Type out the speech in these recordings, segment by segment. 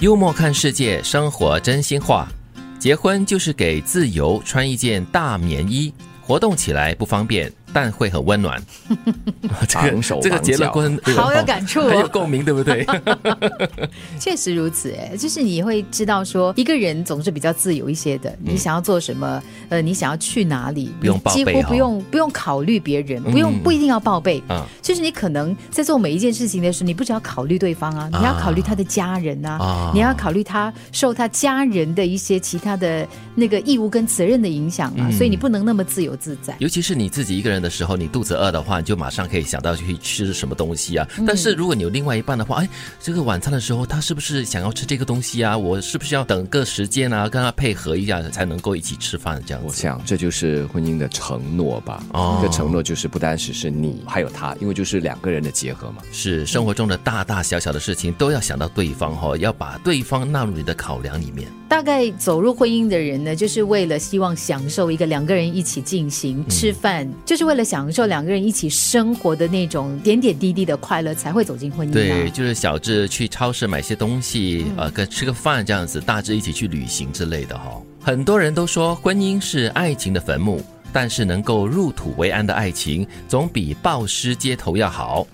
幽默看世界，生活真心话。结婚就是给自由穿一件大棉衣，活动起来不方便，但会很温暖。这个结了婚好有感触很有共鸣，对不对？ 确实如此，就是你会知道说一个人总是比较自由一些的，你想要做什么，你想要去哪里， 不用报备， 几乎不用考虑别人，不一定要报备。就是你可能在做每一件事情的时候，你不只要考虑对方啊，你要考虑他的家人啊，你要考虑他受他家人的一些其他的那个义务跟责任的影响啊，所以你不能那么自由自在。 尤其是你自己一个人的时候，你肚子饿的话，你就马上可以想到去吃什么东西啊。但是如果你有另外一半的话，这个晚餐的时候他是不是想要吃这个东西啊？我是不是要等个时间啊，跟他配合一下才能够一起吃饭这样子？ 我想这就是婚姻的承诺吧。这承诺就是不单只是你还有他，因为就是两个人的结合嘛。 是生活中的大大小小的事情都要想到对方要把对方纳入你的考量里面。 大概走入婚姻的人呢，就是为了希望享受一个两个人一起进行吃饭，就是为了享受两个人一起生活的那种点点滴滴的快乐，才会走进婚姻。 对，就是小至去超市买些东西，跟吃个饭这样子，大致一起去旅行之类的很多人都说婚姻是爱情的坟墓，但是能够入土为安的爱情总比暴尸街头要好。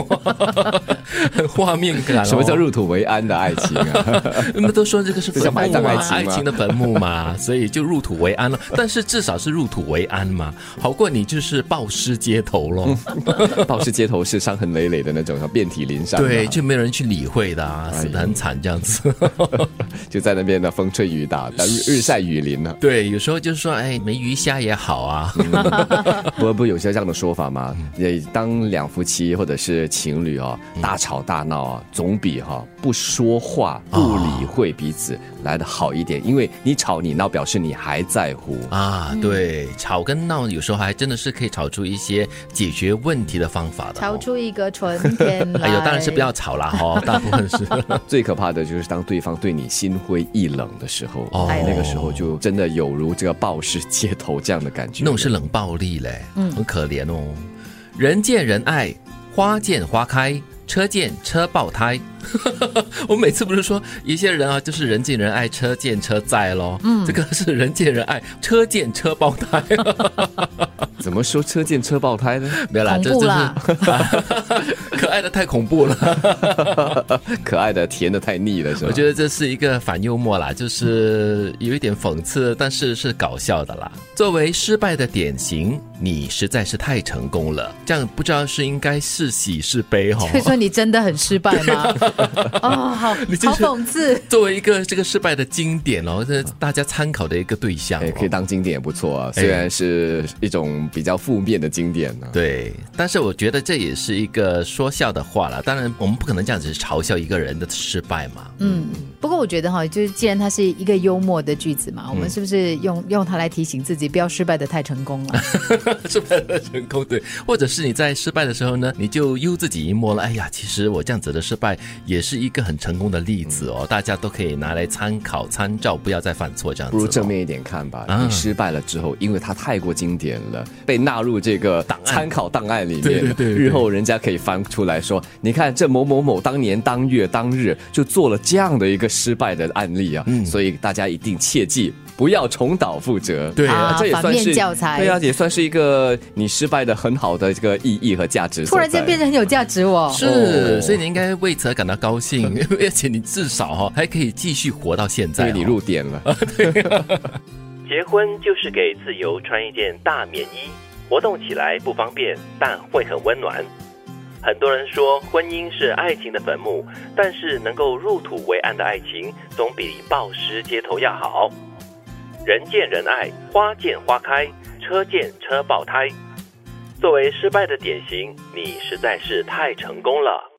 画面感什么叫入土为安的爱情啊？ 那都说这个是坟墓爱情的坟墓嘛，所以就入土为安了。但是至少是入土为安嘛，好过你就是暴尸街头咯。 暴尸街头是伤痕累累的那种，遍体鳞伤。 对，就没有人去理会的死得很惨这样子。 就在那边的风吹雨打，日晒雨淋了。 对，有时候就是说，没鱼虾也好啊。 不有些这样的说法吗？当两夫妻或者是情侣大吵大闹总比不说话不理会彼此来得好一点，因为你吵你闹表示你还在乎对，吵跟闹有时候还真的是可以吵出一些解决问题的方法的， 吵出一个春天来。 当然是不要吵啦大部分是。 最可怕的就是当对方对你心灰意冷的时候，那个时候就真的有如这个暴尸街头这样的感觉， 那种是冷暴力嘞，很可怜人见人爱，花见花开，车见车爆胎。我每次不是说一些人就是人见人爱，车见车载咯，这个是人见人爱，车见车爆胎。 怎么说车见车爆胎呢？ 没有啦， 恐怖啦， 可爱的太恐怖了。 可爱的甜的太腻了，是吧？ 我觉得这是一个反幽默啦，就是有一点讽刺，但是是搞笑的啦。作为失败的典型，你实在是太成功了，这样不知道是应该是喜是悲所以说你真的很失败吗？好讽刺。 作为一个这个失败的经典这大家参考的一个对象可以当经典也不错啊，虽然是一种比较负面的经典对，但是我觉得这也是一个说笑的话啦，当然我们不可能这样子嘲笑一个人的失败嘛。 不过我觉得就是既然它是一个幽默的句子嘛，我们是不是用它来提醒自己不要失败的太成功了？ 失败的成功，对，或者是你在失败的时候呢，你就悠自己一默了，其实我这样子的失败也是一个很成功的例子大家都可以拿来参考参照，不要再犯错这样子。 不如正面一点看吧，你失败了之后，因为它太过经典了，被纳入这个参考档案里面， 对， 日后人家可以翻出来说，你看这某某某当年当月当日就做了这样的一个失败的案例所以大家一定切记不要重蹈覆辙。 对这也算是反面教材。 对也算是一个你失败的很好的这个意义和价值。 突然间变得很有价值是，所以你应该为此而感到高兴，而且你至少还可以继续活到现在， 因为你入点了。 对。结婚就是给自由穿一件大棉衣，活动起来不方便，但会很温暖。很多人说婚姻是爱情的坟墓，但是能够入土为安的爱情总比暴尸街头要好。人见人爱，花见花开，车见车爆胎。作为失败的典型，你实在是太成功了。